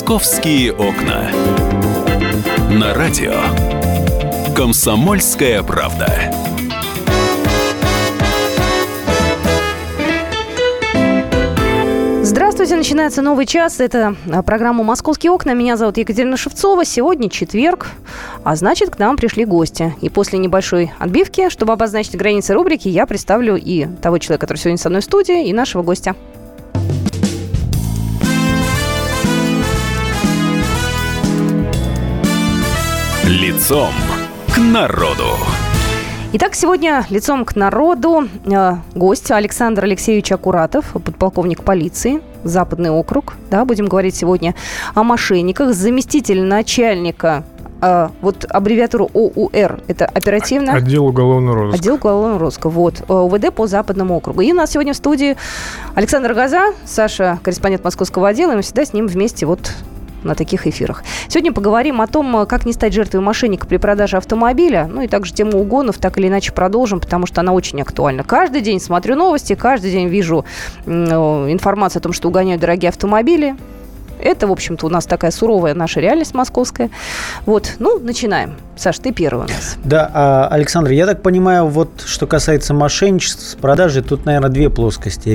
«Московские окна». На радио «Комсомольская правда». Здравствуйте, начинается новый час. Это программа «Московские окна». Меня зовут Екатерина Шевцова. Сегодня четверг, а значит, к нам пришли гости. И после небольшой отбивки, чтобы обозначить границы рубрики, я представлю и того человека, который сегодня со мной в студии, и нашего гостя. Лицом к народу. Итак, сегодня лицом к народу гость Александр Алексеевич Акуратов, подполковник полиции, Западный округ. Да, будем говорить сегодня о мошенниках. Заместитель начальника, вот аббревиатуру ОУР, это оперативно... Отдел уголовного розыска. Отдел уголовного розыска, вот, УВД по Западному округу. И у нас сегодня в студии Александр Гоза, Саша, корреспондент московского отдела, и мы всегда с ним вместе вот на таких эфирах. Сегодня поговорим о том, как не стать жертвой мошенника при продаже автомобиля. Ну и также тему угонов так или иначе продолжим, потому что она очень актуальна. Каждый день смотрю новости, каждый день вижу информацию о том, что угоняют дорогие автомобили. Это, в общем-то, у нас такая суровая наша реальность московская. Вот, ну, начинаем. Саш, ты первый у нас. Да, Александр, я так понимаю, вот что касается мошенничества с продажей, тут, наверное, две плоскости.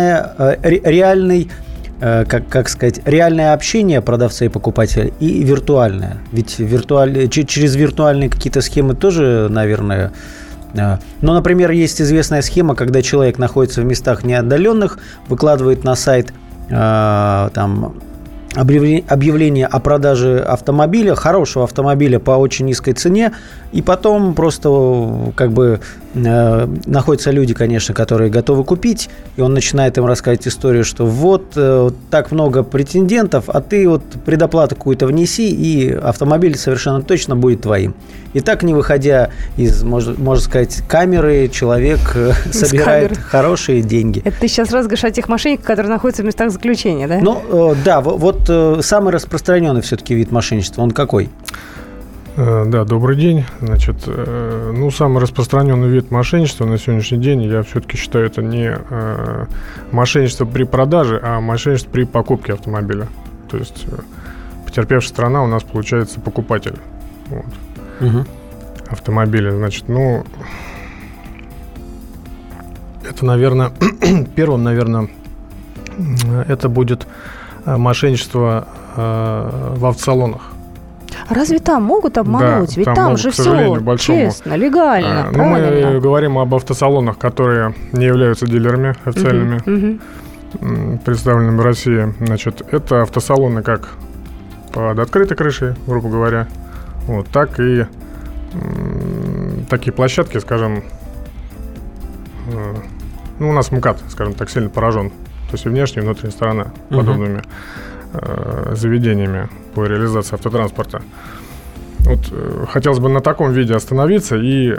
Реальное общение продавца и покупателя и виртуальное. Ведь через виртуальные какие-то схемы тоже, наверное... Но, например, есть известная схема, когда человек находится в местах неотдаленных, выкладывает на сайт объявление о продаже автомобиля, хорошего автомобиля по очень низкой цене, и потом просто находятся люди, конечно, которые готовы купить, и он начинает им рассказывать историю, что вот так много претендентов, а ты вот предоплату какую-то внеси, и автомобиль совершенно точно будет твоим. И так, не выходя из, можно сказать, камеры, человек собирает хорошие деньги. Это ты сейчас разговариваешь о тех мошенниках, которые находятся в местах заключения, да? Ну, да, вот самый распространенный все-таки вид мошенничества, он какой? Да, добрый день. Значит, самый распространенный вид мошенничества на сегодняшний день, я все-таки считаю, это не мошенничество при продаже, а мошенничество при покупке автомобиля. То есть потерпевшая сторона у нас получается покупатель. Вот. Угу. Автомобиля. Значит, это, наверное, первым, это будет мошенничество в автосалонах. Разве там могут обмануть? Да, ведь там же все честно, легально, правильно. Мы говорим об автосалонах, которые не являются дилерами официальными, представленными в России. Значит, это автосалоны как под открытой крышей, грубо говоря, вот, так и такие площадки, скажем, у нас МКАД, скажем так, сильно поражен. То есть и внешняя, и внутренняя сторона подобными заведениями по реализации автотранспорта. Вот хотелось бы на таком виде остановиться и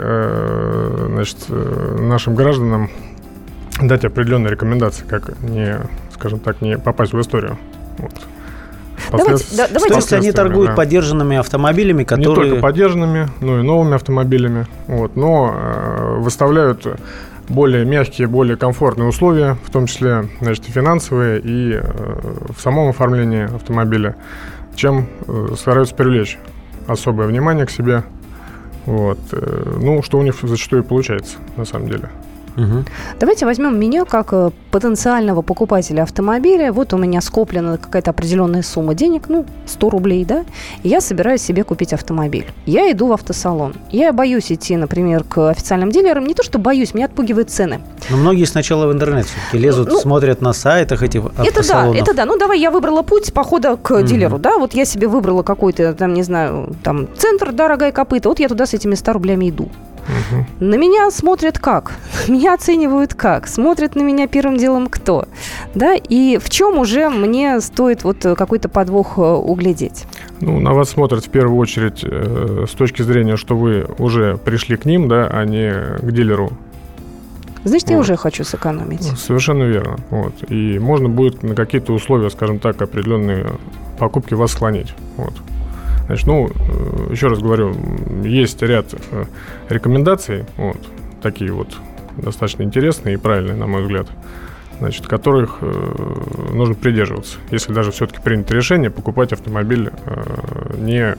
нашим гражданам дать определенные рекомендации, как не попасть в историю. Вот. Давайте. Если они торгуют подержанными автомобилями, которые... Не только подержанными, но и новыми автомобилями. Вот, но выставляют более мягкие, более комфортные условия, в том числе, и финансовые, и в самом оформлении автомобиля, чем стараются привлечь особое внимание к себе. Вот. Что у них зачастую и получается, на самом деле. Угу. Давайте возьмем меня как потенциального покупателя автомобиля. Вот у меня скоплена какая-то определенная сумма денег, 100 рублей, да, и я собираюсь себе купить автомобиль. Я иду в автосалон. Я боюсь идти, например, к официальным дилерам. Не то, что боюсь, меня отпугивают цены. Но многие сначала в интернет все-таки лезут, смотрят на сайтах этих автосалонов. Это да. Давай, я выбрала путь похода к дилеру, да, вот я себе выбрала какой-то, центр, да, Рога и Копыта, вот я туда с этими 100 рублями иду. На меня смотрят как? Меня оценивают как? Смотрят на меня первым делом кто? Да? И в чем уже мне стоит вот какой-то подвох углядеть? На вас смотрят в первую очередь с точки зрения, что вы уже пришли к ним, да, а не к дилеру. Значит, я уже хочу сэкономить. Совершенно верно. Вот. И можно будет на какие-то условия, скажем так, определенные покупки вас склонить. Вот. Значит, еще раз говорю, есть ряд рекомендаций, такие вот достаточно интересные и правильные, на мой взгляд. значит, которых нужно придерживаться, если даже все-таки принято решение покупать автомобиль не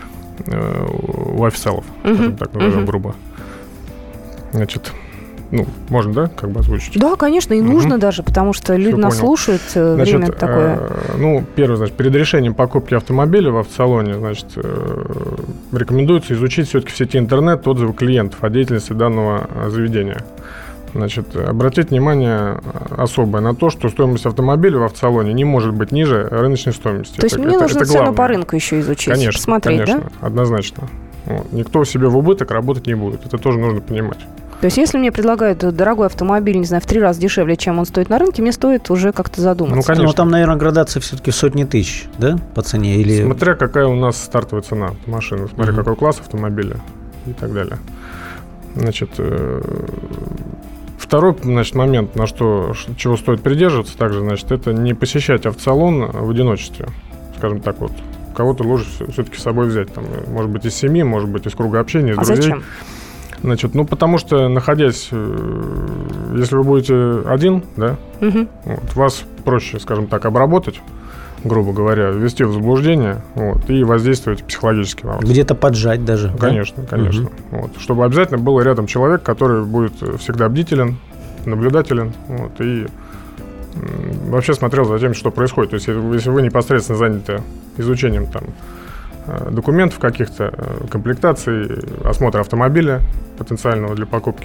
у официалов, скажем так, назовем грубо. Значит, можно, да, как бы озвучить? Да, конечно, и нужно даже, потому что люди нас слушают, время такое. Первое, значит, перед решением покупки автомобиля в автосалоне, значит, рекомендуется изучить все-таки в сети интернет отзывы клиентов о деятельности данного заведения. Значит, обратить внимание особое на то, что стоимость автомобиля в автосалоне не может быть ниже рыночной стоимости. То есть мне нужно цену по рынку еще изучить, посмотреть, конечно, да? Однозначно. Никто себе в убыток работать не будет. Это тоже нужно понимать. То есть, если мне предлагают дорогой автомобиль, не знаю, в 3 раза дешевле, чем он стоит на рынке, мне стоит уже как-то задуматься. Конечно. Но там, наверное, градация все-таки в сотни тысяч, да, по цене? Или... Смотря какая у нас стартовая цена машины, смотря какой класс автомобиля и так далее. Значит, второй, значит, момент, чего стоит придерживаться также, значит, это не посещать автосалон в одиночестве, скажем так вот. Кого-то лучше все-таки с собой взять, там, может быть, из семьи, может быть, из круга общения, из друзей. Зачем? Значит, потому что, находясь, если вы будете один, да, вас проще, скажем так, обработать, грубо говоря, ввести в заблуждение, и воздействовать психологически на вас. Где-то поджать даже. Конечно, да? Конечно. Чтобы обязательно был рядом человек, который будет всегда бдителен, наблюдателен, и вообще смотрел за тем, что происходит. То есть, если вы непосредственно заняты изучением там документов каких-то, комплектаций, осмотра автомобиля потенциального для покупки,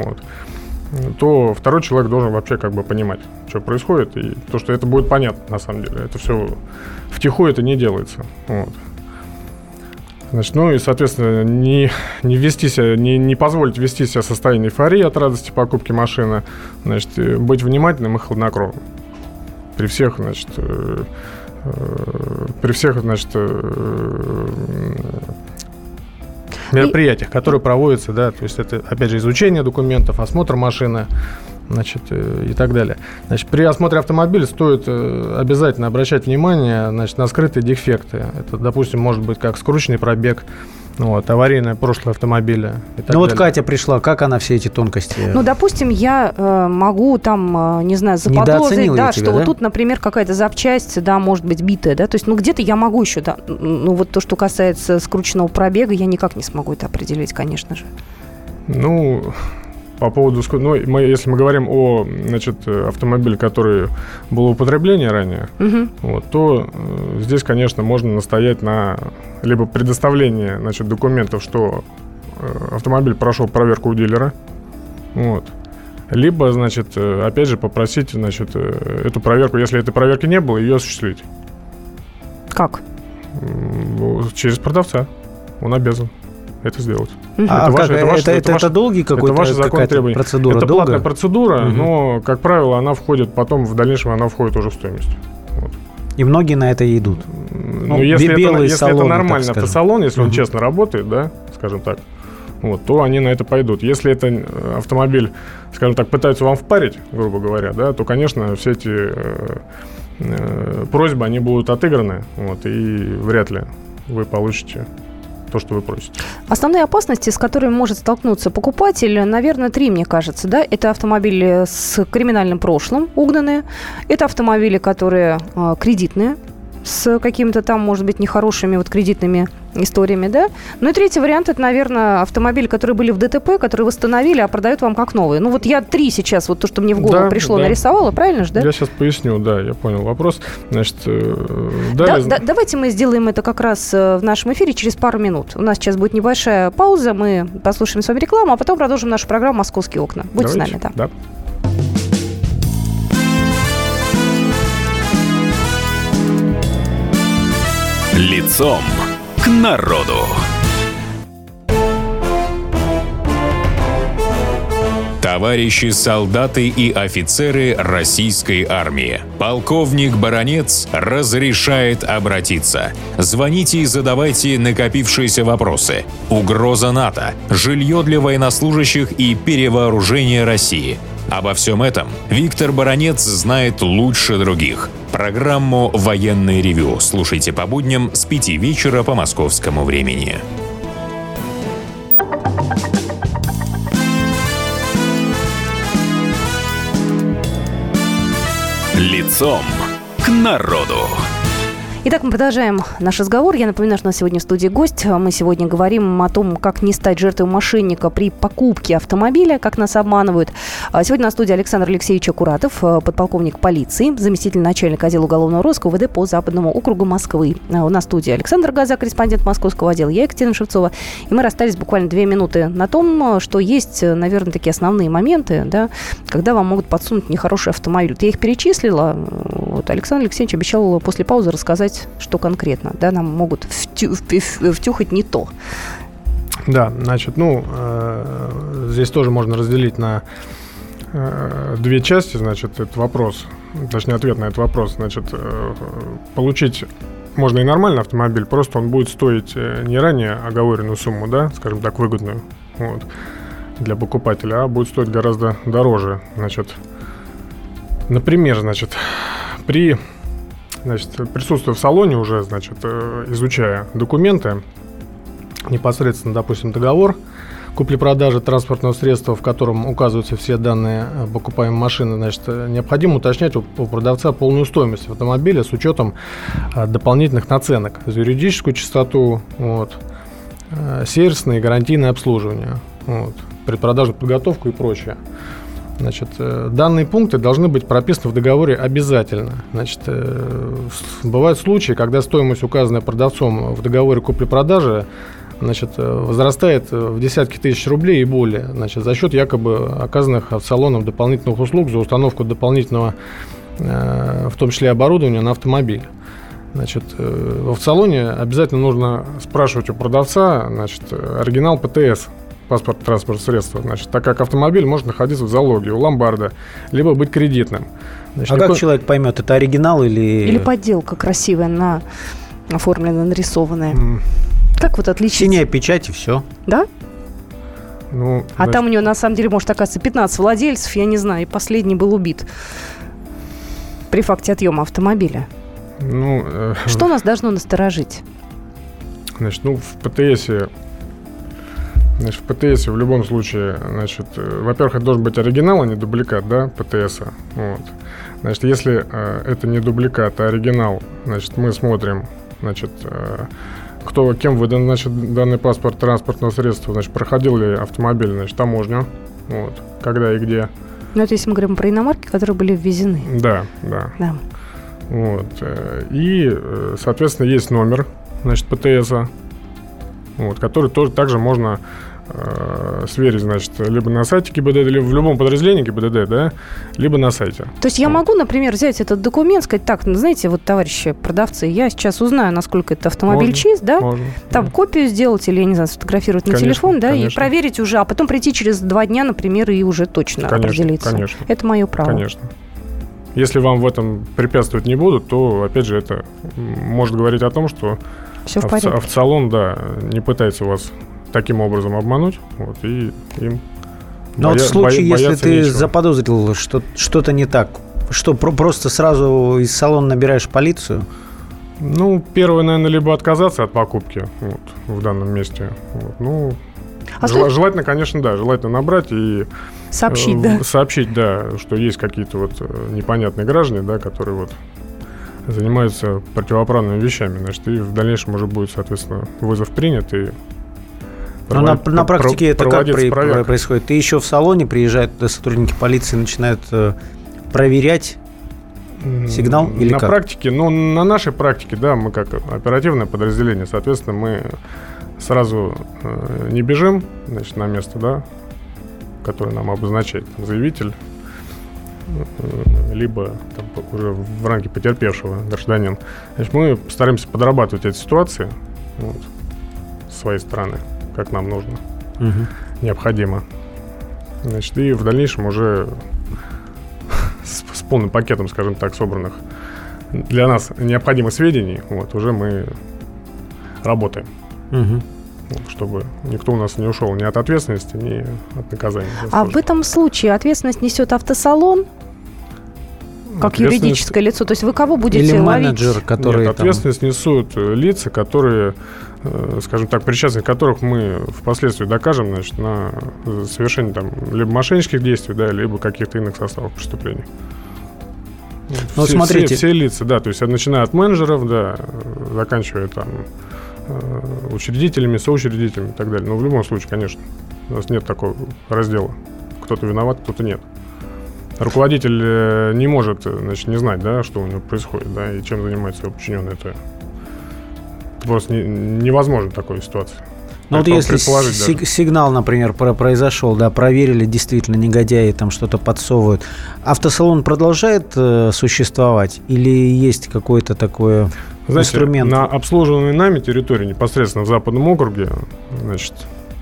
то второй человек должен вообще как бы понимать, что происходит, и то, что это будет понятно на самом деле. Это все втихую это не делается. Значит, и, соответственно, не позволить вести себя в состоянии эйфории от радости покупки машины, значит, быть внимательным и хладнокровным при всех, значит, мероприятиях, которые проводятся, да, то есть это, опять же, изучение документов, осмотр машины, значит, и так далее. Значит, при осмотре автомобиля стоит обязательно обращать внимание, значит, на скрытые дефекты. Это, допустим, может быть как скрученный пробег, аварийное прошлое автомобиля. Вот Катя пришла, как она все эти тонкости? Допустим, я могу там, не знаю, заподозрить, да, что вот тут, например, какая-то запчасть, да, может быть битая, да, то есть, где-то я могу еще, да, вот то, что касается скрученного пробега, я никак не смогу это определить, конечно же. По поводу, если мы говорим о, значит, автомобиле, который был в употреблении ранее, то здесь, конечно, можно настоять на либо предоставлении, значит, документов, что автомобиль прошел проверку у дилера, либо, значит, опять же попросить, значит, эту проверку, если этой проверки не было, ее осуществить. Как? Через продавца. Он обязан это сделать. Это долгий какой-то процедура? Это платная процедура, но, как правило, она входит потом, в дальнейшем она входит уже в стоимость. И многие на это идут. Если это нормальный автосалон, если он честно работает, да, скажем так, то они на это пойдут. Если это автомобиль, скажем так, пытаются вам впарить, грубо говоря, да, то, конечно, все эти просьбы, они будут отыграны, и вряд ли вы получите то, что вы просите. Основные опасности, с которыми может столкнуться покупатель, наверное, 3, мне кажется, да? Это автомобили с криминальным прошлым, угнанные. Это автомобили, которые кредитные, с какими-то там, может быть, нехорошими кредитными историями, да? Ну и третий вариант, это, наверное, автомобили, которые были в ДТП, которые восстановили, а продают вам как новые. Я 3 сейчас, то, что мне в голову пришло, нарисовала, правильно же, да? Я сейчас поясню, да, я понял вопрос. Значит, давайте мы сделаем это как раз в нашем эфире через пару минут. У нас сейчас будет небольшая пауза, мы послушаем с вами рекламу, а потом продолжим нашу программу «Московские окна». Будьте с нами, да. Лицом к народу. Товарищи солдаты и офицеры российской армии. Полковник Баранец разрешает обратиться. Звоните и задавайте накопившиеся вопросы. Угроза НАТО, жилье для военнослужащих и перевооружение России. Обо всем этом Виктор Баранец знает лучше других. Программу «Военное ревю» слушайте по будням с 5 вечера по московскому времени. Лицом к народу. Итак, мы продолжаем наш разговор. Я напоминаю, что у нас сегодня в студии гость. Мы сегодня говорим о том, как не стать жертвой мошенника при покупке автомобиля, как нас обманывают. Сегодня на студии Александр Алексеевич Акуратов, подполковник полиции, заместитель начальника отдела уголовного розыска УВД по Западному округу Москвы. На студии Александр Газа, корреспондент московского отдела, я Екатерина Шевцова. И мы расстались буквально 2 минуты на том, что есть, наверное, такие основные моменты, да, когда вам могут подсунуть нехороший автомобиль. Вот я их перечислила. Вот Александр Алексеевич обещал после паузы рассказать, что конкретно, да, нам могут втюхать не то. Да, значит, здесь тоже можно разделить на 2 части, значит, этот вопрос, точнее, ответ на этот вопрос. Значит, получить можно и нормальный автомобиль, просто он будет стоить не ранее оговоренную сумму, да, скажем так, выгодную, вот, для покупателя, а будет стоить гораздо дороже. Значит, например, значит, присутствуя в салоне уже, значит, изучая документы, непосредственно, допустим, договор купли-продажи транспортного средства, в котором указываются все данные покупаемой машины, значит, необходимо уточнять у продавца полную стоимость автомобиля с учетом дополнительных наценок за юридическую чистоту, вот, сервисное и гарантийное обслуживание, вот, предпродажную подготовку и прочее. Значит, данные пункты должны быть прописаны в договоре обязательно. Значит, бывают случаи, когда стоимость, указанная продавцом в договоре купли-продажи, значит, возрастает в десятки тысяч рублей и более, значит, за счет якобы оказанных автосалоном дополнительных услуг за установку дополнительного, в том числе оборудования на автомобиль. Значит, в автосалоне обязательно нужно спрашивать у продавца, значит, оригинал ПТС, паспорт транспортного средства, значит, так как автомобиль может находиться в залоге у ломбарда, либо быть кредитным. Значит, как человек поймет, это оригинал или... Или подделка красивая, оформленная, нарисованная. Как вот отличить? Синяя печать и все. Да? Значит... там у него на самом деле может оказаться 15 владельцев, я не знаю, и последний был убит при факте отъема автомобиля. Что нас должно насторожить? Значит, в ПТСе... Значит, в ПТСе в любом случае, значит, во-первых, это должен быть оригинал, а не дубликат, да, ПТСа. Вот. Значит, если это не дубликат, а оригинал, значит, мы смотрим, значит, кем выдан, значит, данный паспорт транспортного средства, значит, проходил ли автомобиль, значит, таможню, вот, когда и где. Это если мы говорим про иномарки, которые были ввезены. Да. Вот. И, соответственно, есть номер, значит, ПТСа, вот, который тоже также можно сверить, значит, либо на сайте ГИБДД, либо в любом подразделении ГИБДД, да, либо на сайте. То есть я могу, например, взять этот документ, сказать, так, знаете, вот, товарищи продавцы, я сейчас узнаю, насколько этот автомобиль чист, да? Можно. Там копию сделать или, я не знаю, сфотографировать на телефон, да, и проверить уже, а потом прийти через 2 дня, например, и уже точно определиться. Конечно. Это мое право. Конечно. Если вам в этом препятствовать не будут, то, опять же, это может говорить о том, что автосалон, да, не пытается вас таким образом обмануть, вот, и им в случае, если ты нечего. Заподозрил, что что-то не так, что просто сразу из салона набираешь полицию? Первое, наверное, либо отказаться от покупки, вот, в данном месте. Вот, желательно, конечно, да, желательно набрать и сообщить, да, что есть какие-то вот непонятные граждане, да, которые вот занимаются противоправными вещами, значит, и в дальнейшем уже будет, соответственно, вызов принят и на практике это как происходит? Ты еще в салоне, приезжают сотрудники полиции, начинают проверять сигнал или на как? Практике, на нашей практике, да, мы как оперативное подразделение, соответственно, мы сразу не бежим, значит, на место, да, которое нам обозначает заявитель, либо там, уже в ранге потерпевшего гражданин. Значит, мы стараемся подрабатывать эти ситуации, вот, с своей стороны, как нам нужно, необходимо. Значит, и в дальнейшем уже с полным пакетом, скажем так, собранных для нас необходимых сведений, вот, уже мы работаем. Вот, чтобы никто у нас не ушел ни от ответственности, ни от наказания. А в этом случае ответственность несет автосалон? Как юридическое лицо? То есть вы кого будете или ловить? Менеджер, который... Нет, ответственность несут лица, которые, скажем так, причастность которых мы впоследствии докажем, значит, на совершение там либо мошеннических действий, да, либо каких-то иных составов преступлений. Ну, смотрите. Все лица, да, то есть начиная от менеджеров, да, заканчивая там учредителями, соучредителями и так далее. Но в любом случае, конечно, у нас нет такого раздела. Кто-то виноват, кто-то нет. Руководитель не может, значит, не знать, да, что у него происходит, да, и чем занимается его подчиненный. Это просто невозможно такой ситуации. Ну вот если сигнал, например, произошел, да, проверили, действительно негодяи там что-то подсовывают, автосалон продолжает существовать или есть какой-то такой инструмент? На обслуживаемой нами территории непосредственно в Западном округе, значит,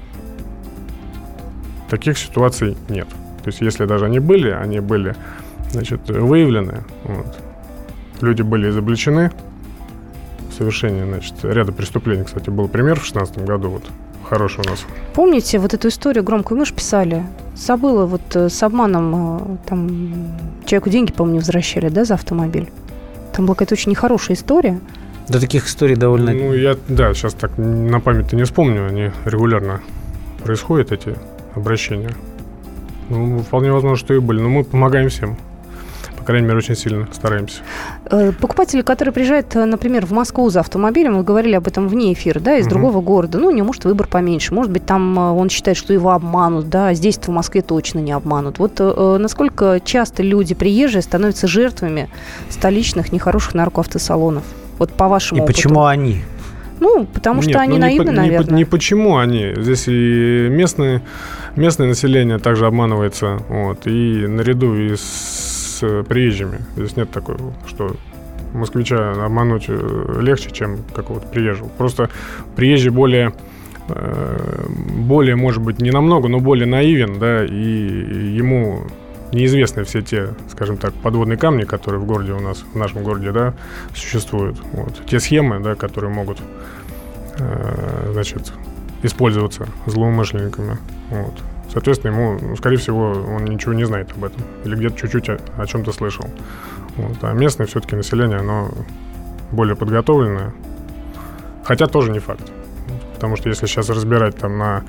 таких ситуаций нет. То есть если даже они были, значит, выявлены, вот. Люди были изобличены в совершении, значит, ряда преступлений. Кстати, был пример в 2016 году, вот, хороший у нас. Помните вот эту историю громкую, мы же писали? Забыла, вот с обманом, там, человеку деньги, по-моему, не возвращали, да, за автомобиль? Там была какая-то очень нехорошая история. Да, таких историй довольно... Ну, сейчас так на память не вспомню, они регулярно происходят, эти обращения. Ну, вполне возможно, что и были, но мы помогаем всем. По крайней мере, очень сильно стараемся. Покупатели, которые приезжают, например, в Москву за автомобилем, мы говорили об этом вне эфира, да, из другого города, ну, у него, может, выбор поменьше. Может быть, там он считает, что его обманут, да, а здесь в Москве точно не обманут. Вот насколько часто люди приезжие становятся жертвами столичных нехороших наркоавтосалонов? Вот по вашему опыту. И почему они? Ну, потому что они наивны, наверное. Не почему они. Здесь и местное население также обманывается. Вот, и наряду и с приезжими. Здесь нет такого, что москвича обмануть легче, чем какого-то приезжего. Просто приезжий более, может быть, не намного, но более наивен, да, и ему неизвестны все те, скажем так, подводные камни, которые в городе у нас, в нашем городе, да, существуют. Вот. Те схемы, да, которые могут, значит, использоваться злоумышленниками. Вот. Соответственно, ему, скорее всего, он ничего не знает об этом. Или где-то чуть-чуть о чем-то слышал. Вот. А местное все-таки население, оно более подготовленное. Хотя тоже не факт. Потому что если сейчас разбивать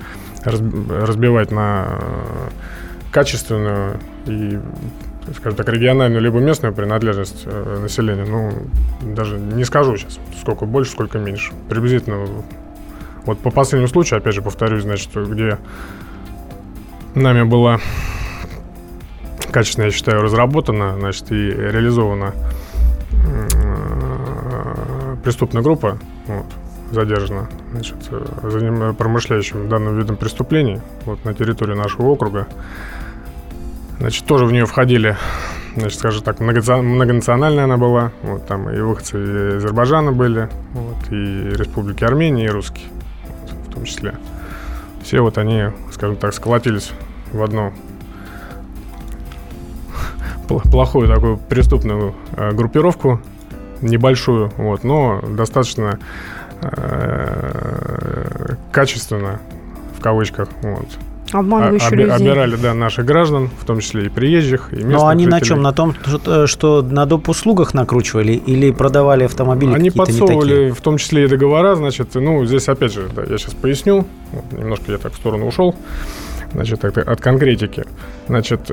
на качественную и, скажем так, региональную либо местную принадлежность населения, ну, даже не скажу сейчас, сколько больше, сколько меньше. Приблизительно, вот по последнему случаю, опять же, повторюсь, значит, где нами была качественно, я считаю, разработана, значит, и реализована преступная группа, вот, задержана, значит, промышляющим данным видом преступлений, вот, на территории нашего округа. Значит, тоже в нее входили, значит, скажем так, многонациональная она была, вот, там и выходцы из Азербайджана были, вот, и Республики Армения, и русские, вот, в том числе. Все вот они, скажем так, сколотились в одну плохую такую преступную группировку, небольшую, вот, но достаточно качественно, в кавычках, вот. Обманывающие людей. Обирали, да, наших граждан, в том числе и приезжих, и местных. Но они жителей. на чем? На том, что на доп. Услугах накручивали или продавали автомобили они какие-то подсовывали, не такие? в том числе и договора, значит, ну, здесь опять же, да, я сейчас поясню, вот, немножко я так в сторону ушел, значит, от конкретики. Значит,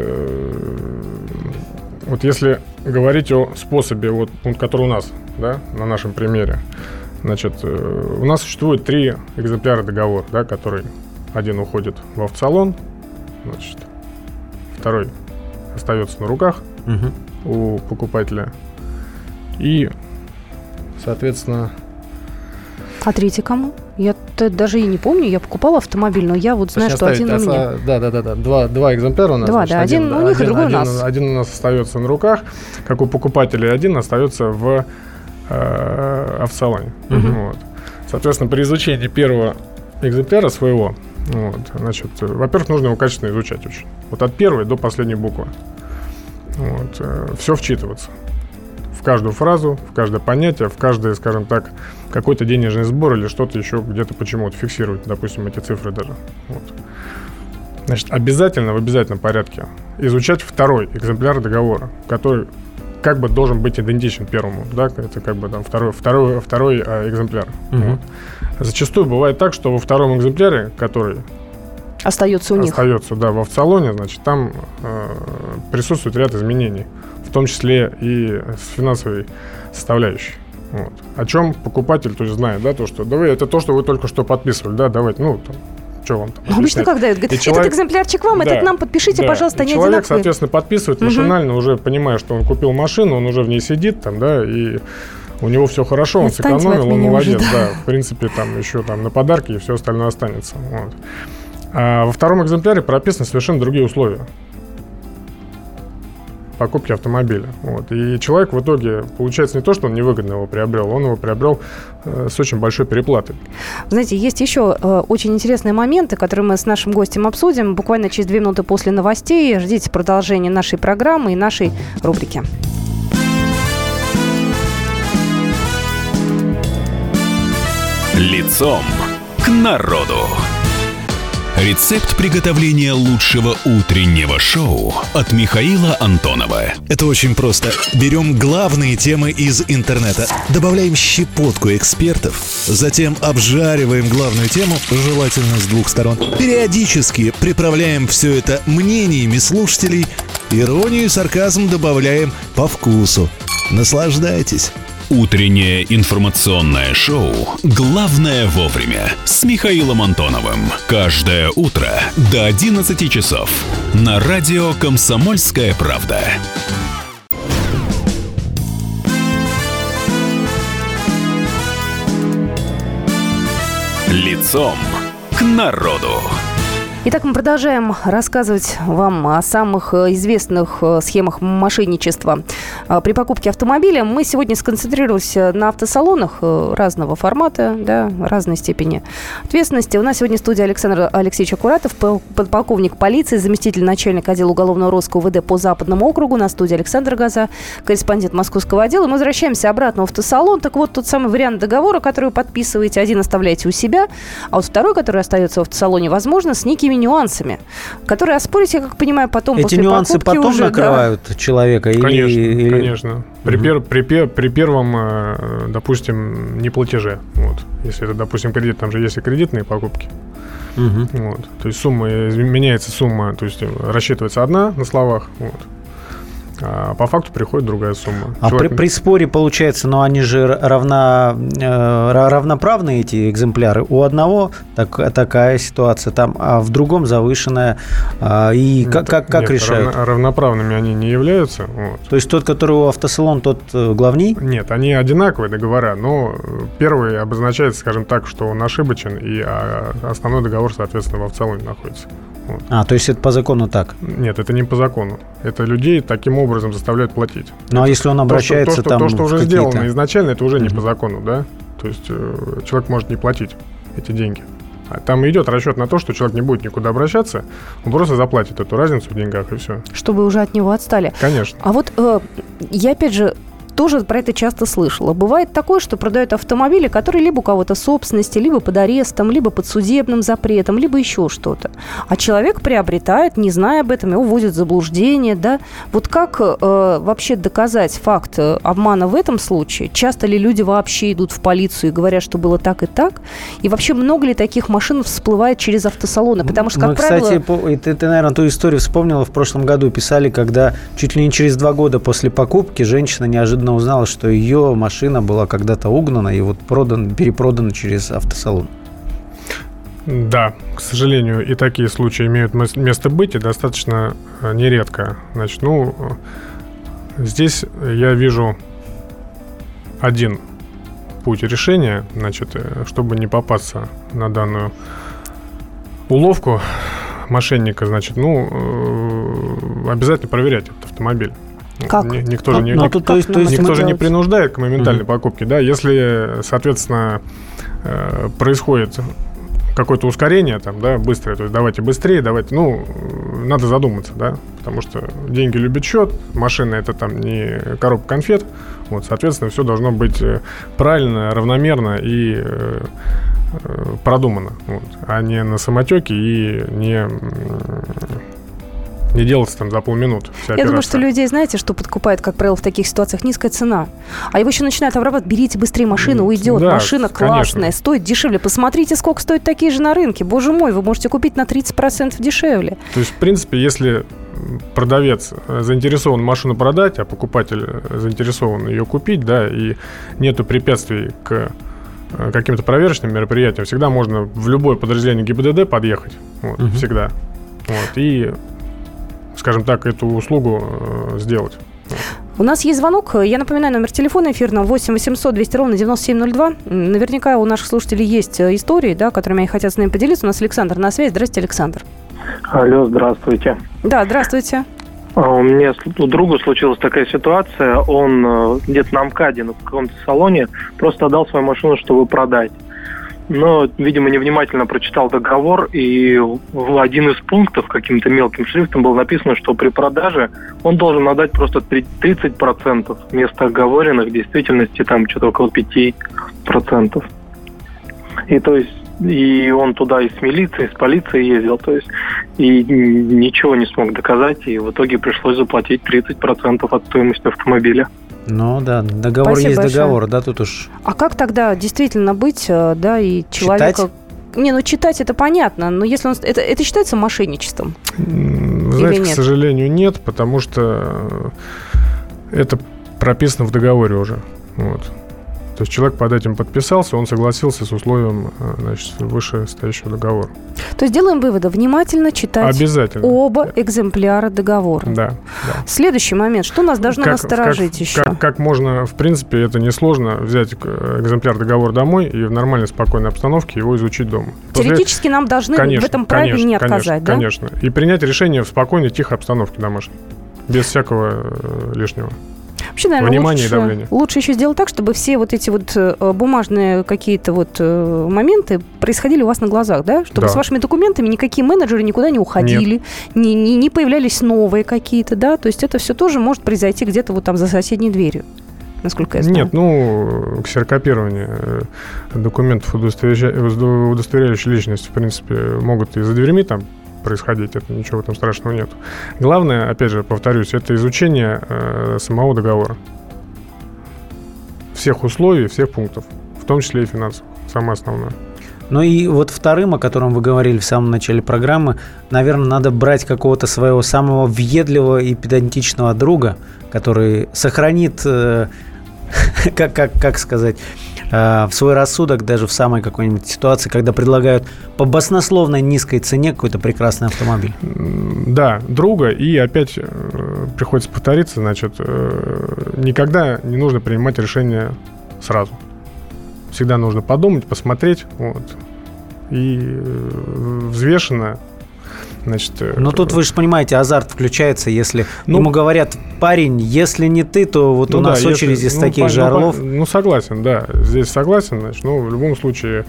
вот если говорить о способе, вот, который у нас, да, на нашем примере, значит, у нас существует 3 экземпляра договора, да, который один уходит в автосалон, значит, второй остается на руках у покупателя. И, соответственно... А третий кому? Я даже и не помню, я покупала автомобиль, но я вот знаю, что один у меня. Да. Два экземпляра у нас. Два, значит, да, один у них, и другой у нас. Один у нас остается на руках, как у покупателя, один остается в автосалоне. Вот. Соответственно, при изучении первого экземпляра своего, вот, значит, во-первых, нужно его качественно изучать очень. Вот от первой до последней буквы. Вот, все вчитываться. В каждую фразу, в каждое понятие, в каждый, скажем так, какой-то денежный сбор или что-то еще где-то почему-то фиксировать, допустим, эти цифры даже. Вот. Значит, обязательно, в обязательном порядке изучать второй экземпляр договора, который как бы должен быть идентичен первому, да, это как бы там второй экземпляр. Вот. Зачастую бывает так, что во втором экземпляре, который остается у них. Остается, да, в автосалоне, значит, там присутствует ряд изменений. в том числе и с финансовой составляющей. Вот. О чем покупатель, то есть, знает, да, то, что это то, что вы только что подписывали, да, давайте, что вам там обычно как дают? Говорит, этот экземплярчик вам, этот нам подпишите, пожалуйста, не одинаковые. Человек, соответственно, подписывает машинально, уже понимая, что он купил машину, он уже в ней сидит, там, да, и у него все хорошо, он сэкономил, он молодец, уже, да. В принципе, там еще на подарки и все остальное останется. Вот. А во втором экземпляре прописаны совершенно другие условия покупки автомобиля. Вот. И человек в итоге, получается, не то, что он невыгодно его приобрел, он его приобрел с очень большой переплатой. Знаете, есть еще очень интересные моменты, которые мы с нашим гостем обсудим буквально через 2 минуты после новостей. Ждите продолжения нашей программы и нашей рубрики. Лицом к народу. Рецепт приготовления лучшего утреннего шоу от Михаила Антонова. Это очень просто. Берем главные темы из интернета, добавляем щепотку экспертов, затем обжариваем главную тему, желательно с 2 сторон. Периодически приправляем все это мнениями слушателей, иронию и сарказм добавляем по вкусу. Наслаждайтесь. Утреннее информационное шоу «Главное вовремя» с Михаилом Антоновым. Каждое утро до 11 часов на радио «Комсомольская правда». Лицом к народу. Итак, мы продолжаем рассказывать вам о самых известных схемах мошенничества при покупке автомобиля. Мы сегодня сконцентрировались на автосалонах разного формата, да, разной степени ответственности. У нас сегодня в студии Александр Алексеевич Акуратов, подполковник полиции, заместитель начальника отдела уголовного розыска УВД по Западному округу. На студии Александр Гоза, корреспондент московского отдела. Мы возвращаемся обратно в автосалон. Так вот, тот самый вариант договора, который вы подписываете, один оставляете у себя, а вот второй, который остается в автосалоне, возможно, с некими нюансами, которые оспорить, я как понимаю, потом эти после нюансы покупки потом уже накрывают человека? Конечно. При первом, допустим, неплатеже. Вот. Если это, допустим, кредит, там же есть и кредитные покупки. Вот. То есть меняется сумма, то есть рассчитывается одна на словах. Вот. А по факту приходит другая сумма. А при споре, получается, они же равноправные, эти экземпляры. У одного такая ситуация, а в другом завышенная. И как решают? Равноправными они не являются. Вот. То есть тот, который у автосалон, тот главней? Нет, они одинаковые договора, но первый обозначается, скажем так, что он ошибочен, и основной договор, соответственно, в автосалоне находится. Вот. То есть это по закону так? Нет, это не по закону. Это людей таким образом заставляют платить. А если он обращается то, что уже сделано изначально, это уже не по закону, да? То есть человек может не платить эти деньги. Там идет расчет на то, что человек не будет никуда обращаться, он просто заплатит эту разницу в деньгах, и все. Чтобы уже от него отстали. Конечно. А вот я, опять же, тоже про это часто слышала. Бывает такое, что продают автомобили, которые либо у кого-то собственности, либо под арестом, либо под судебным запретом, либо еще что-то. А человек приобретает, не зная об этом, его вводят в заблуждение, да? Вот как вообще доказать факт обмана в этом случае? Часто ли люди вообще идут в полицию и говорят, что было так и так? И вообще много ли таких машин всплывает через автосалоны? Потому что, как правило... Кстати, ты, наверное, ту историю вспомнила, в прошлом году писали, когда чуть ли не через 2 года после покупки женщина неожиданно узнала, что ее машина была когда-то угнана и вот перепродана через автосалон. Да, к сожалению, и такие случаи имеют место быть, и достаточно нередко. Значит, здесь я вижу один путь решения, значит, чтобы не попасться на данную уловку мошенника, значит, обязательно проверять этот автомобиль. Как? Никто же не принуждает к моментальной покупке, да, если, соответственно, происходит какое-то ускорение, там, да, быстрое, то есть давайте быстрее, надо задуматься, да, потому что деньги любят счет, машина это там не коробка конфет, вот, соответственно, все должно быть правильно, равномерно и продумано, вот, а не на самотеке и не делаться там за полминуты. Я думаю, что людей, знаете, что подкупает, как правило, в таких ситуациях низкая цена. А его еще начинают обрабатывать: берите быстрее машину, уйдет. Да, машина классная, конечно. Стоит дешевле. Посмотрите, сколько стоят такие же на рынке. Боже мой, вы можете купить на 30% дешевле. То есть, в принципе, если продавец заинтересован машину продать, а покупатель заинтересован ее купить, да, и нету препятствий к каким-то проверочным мероприятиям, всегда можно в любое подразделение ГИБДД подъехать, вот, всегда, вот, и, скажем так, эту услугу сделать. У нас есть звонок. Я напоминаю, номер телефона эфирного 8 800 200 ровно 9702. Наверняка у наших слушателей есть истории, да, которыми они хотят с нами поделиться. У нас Александр на связи. Здравствуйте, Александр. Алло, здравствуйте. Да, здравствуйте. У меня у друга случилась такая ситуация. Он где-то на МКАДе, в каком-то салоне, просто отдал свою машину, чтобы продать. Но, видимо, невнимательно прочитал договор, и в один из пунктов каким-то мелким шрифтом было написано, что при продаже он должен отдать просто 30% вместо оговоренных, в действительности там что-то около 5%. И то есть и он туда и с милицией, и с полицией ездил, то есть и ничего не смог доказать, и в итоге пришлось заплатить 30% от стоимости автомобиля. Ну да, договор Спасибо есть большое. договор, да, тут уж... А как тогда действительно быть, да, и человека... Читать? Читать это понятно, но если он... Это считается мошенничеством? Вы знаете, нет? к сожалению, нет, потому что это прописано в договоре уже, вот. То есть человек под этим подписался, он согласился с условием, значит, вышестоящего договора. То есть делаем выводы. Внимательно читать Обязательно. оба экземпляра договора. Да. Следующий момент. Что нас должно насторожить еще? Как можно, в принципе, это несложно, взять экземпляр договора домой и в нормальной, спокойной обстановке его изучить дома. Теоретически нам должны в этом праве не отказать, да? Конечно. И принять решение в спокойной, тихой обстановке домашней. Без всякого лишнего. Вообще, наверное, Внимание лучше еще сделать так, чтобы все вот эти вот бумажные какие-то вот моменты происходили у вас на глазах, да? Чтобы с вашими документами никакие менеджеры никуда не уходили, не появлялись новые какие-то, да? То есть это все тоже может произойти где-то вот там за соседней дверью, насколько я знаю. Нет, ксерокопирование документов, удостоверяющих личность, в принципе, могут и за дверьми там происходить, это ничего там страшного нет. Главное, опять же, повторюсь, это изучение самого договора. Всех условий, всех пунктов, в том числе и финансовых, самое основное. Ну и вот вторым, о котором вы говорили в самом начале программы, наверное, надо брать какого-то своего самого въедливого и педантичного друга, который сохранит, как сказать, в свой рассудок даже в самой какой-нибудь ситуации, когда предлагают по баснословной низкой цене какой-то прекрасный автомобиль. Да, друга, и опять приходится повториться, значит, никогда не нужно принимать решение сразу. Всегда нужно подумать, посмотреть, вот, и взвешенно. Значит, но тут вы же понимаете, азарт включается, если ему говорят: парень, если не ты, то вот у нас очередь из таких же орлов. Согласен, да, здесь согласен, значит, в любом случае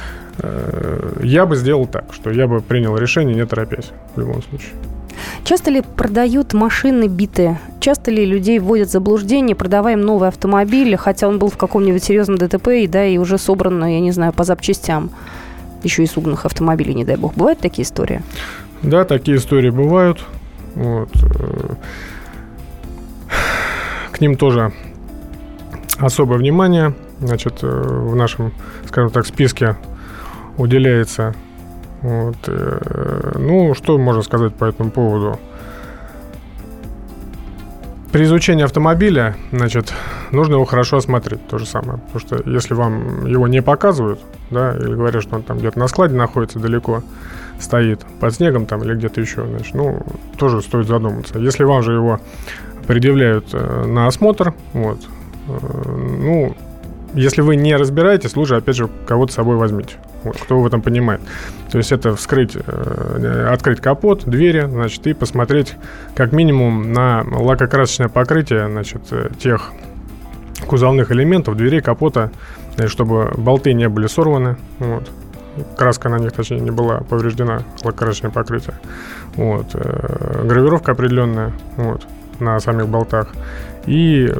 я бы сделал так, что я бы принял решение, не торопясь, в любом случае. Часто ли продают машины битые? Часто ли людей вводят в заблуждение, продавая им новый автомобиль, хотя он был в каком-нибудь серьезном ДТП и уже собран, я не знаю, по запчастям, еще и с угнанных автомобилей, не дай бог. Бывают такие истории? Да, такие истории бывают. Вот. К ним тоже особое внимание, значит, в нашем, скажем так, списке уделяется. Вот. Что можно сказать по этому поводу? При изучении автомобиля, значит, нужно его хорошо осмотреть, то же самое. Потому что если вам его не показывают, да, или говорят, что он там где-то на складе находится далеко, стоит под снегом там или где-то еще, значит, тоже стоит задуматься. Если вам же его предъявляют на осмотр, вот, если вы не разбираетесь, лучше, опять же, кого-то с собой возьмите, вот, кто в этом понимает. То есть это открыть капот, двери, значит, и посмотреть как минимум на лакокрасочное покрытие, значит, тех кузовных элементов, дверей, капота, чтобы болты не были сорваны, вот. Краска на них, точнее, не была повреждена, лакокрасочное покрытие. Вот. Гравировка определенная, вот, на самих болтах. И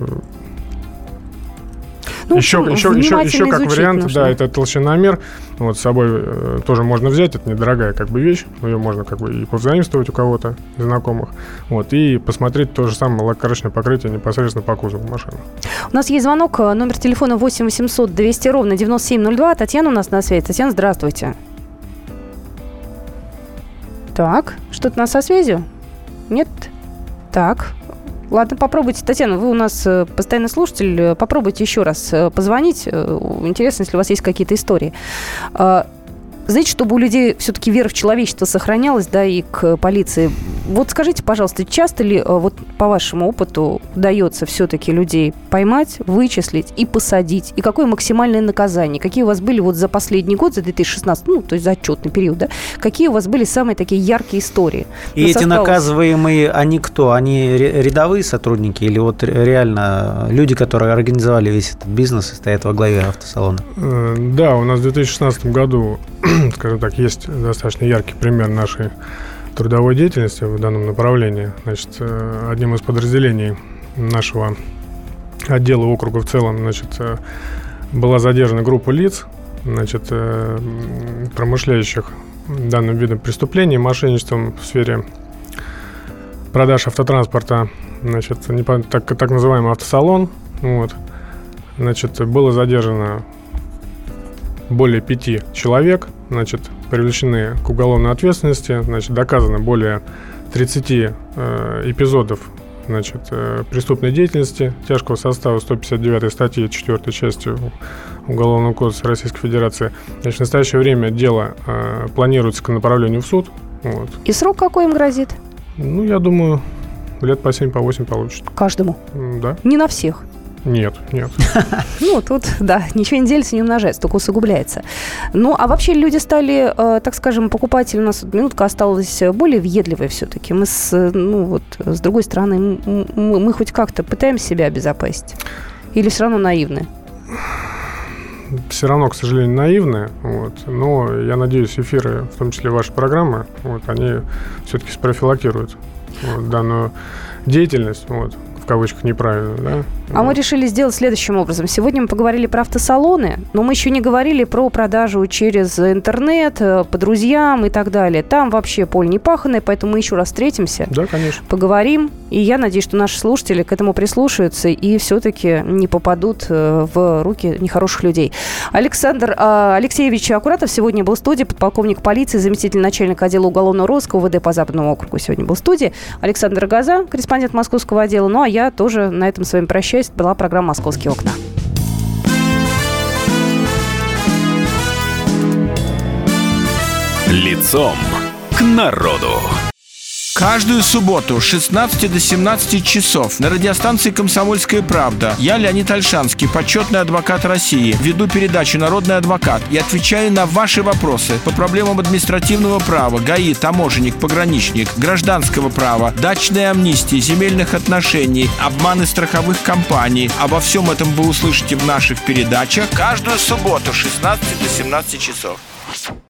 еще как вариант, нужно. Да, это толщиномер. Вот, с собой тоже можно взять, это недорогая вещь, но ее можно и повзаимствовать у кого-то из знакомых. Вот, и посмотреть то же самое лакокрасочное покрытие непосредственно по кузову машины. У нас есть звонок, номер телефона 8 800 200 ровно 9702. Татьяна у нас на связи. Татьяна, здравствуйте. Так, что-то у нас со связью? Нет? Так. Ладно, попробуйте. Татьяна, вы у нас постоянный слушатель. Попробуйте еще раз позвонить. Интересно, если у вас есть какие-то истории. Знаете, чтобы у людей все-таки вера в человечество сохранялась, да, и к полиции. Вот скажите, пожалуйста, часто ли, вот по вашему опыту, удается все-таки людей поймать, вычислить и посадить? И какое максимальное наказание? Какие у вас были вот за последний год, за 2016, ну, то есть за отчетный период, да? Какие у вас были самые такие яркие истории? И эти наказываемые, они кто? Они рядовые сотрудники или вот реально люди, которые организовали весь этот бизнес и стоят во главе автосалона? Да, у нас в 2016 году, скажем так, есть достаточно яркий пример нашей трудовой деятельности в данном направлении. Значит, одним из подразделений нашего отдела округа в целом, значит, была задержана группа лиц, значит, промышляющих данным видом преступлений, мошенничеством в сфере продаж автотранспорта, значит, так называемый автосалон. Вот. Значит, было задержано более 5 человек, значит, привлечены к уголовной ответственности, значит, доказано более 30 эпизодов, значит, преступной деятельности тяжкого состава 159 статьи 4 части Уголовного кодекса Российской Федерации. Значит, в настоящее время дело планируется к направлению в суд. Вот. И срок какой им грозит? Ну, я думаю, лет по 7, по 8 получат. Каждому? Да. Не на всех? Нет. Ну, тут, да, ничего не делится, не умножается, только усугубляется. Ну, а вообще люди стали, так скажем, покупатели, у нас минутка осталась, более въедливые все-таки. Мы с другой стороны, мы хоть как-то пытаемся себя обезопасить? Или все равно наивны? Все равно, к сожалению, наивны. Вот. Но я надеюсь, эфиры, в том числе ваши программы, вот, они все-таки спрофилактируют данную деятельность. Вот. В кавычках неправильно, да? А мы решили сделать следующим образом. Сегодня мы поговорили про автосалоны, но мы еще не говорили про продажу через интернет, по друзьям и так далее. Там вообще поле не паханое, поэтому мы еще раз встретимся. Да, конечно. Поговорим. И я надеюсь, что наши слушатели к этому прислушаются и все-таки не попадут в руки нехороших людей. Александр Алексеевич Акуратов сегодня был в студии, подполковник полиции, заместитель начальника отдела уголовного розыска УВД по Западному округу сегодня был в студии. Александр Рогоза, корреспондент московского отдела. Ну, а я тоже на этом с вами прощаюсь. Это была программа «Московские окна». Лицом к народу. Каждую субботу с 16 до 17 часов на радиостанции «Комсомольская правда» я, Леонид Ольшанский, почетный адвокат России, веду передачу «Народный адвокат» и отвечаю на ваши вопросы по проблемам административного права, ГАИ, таможенник, пограничник, гражданского права, дачной амнистии, земельных отношений, обманы страховых компаний. Обо всем этом вы услышите в наших передачах каждую субботу с 16 до 17 часов.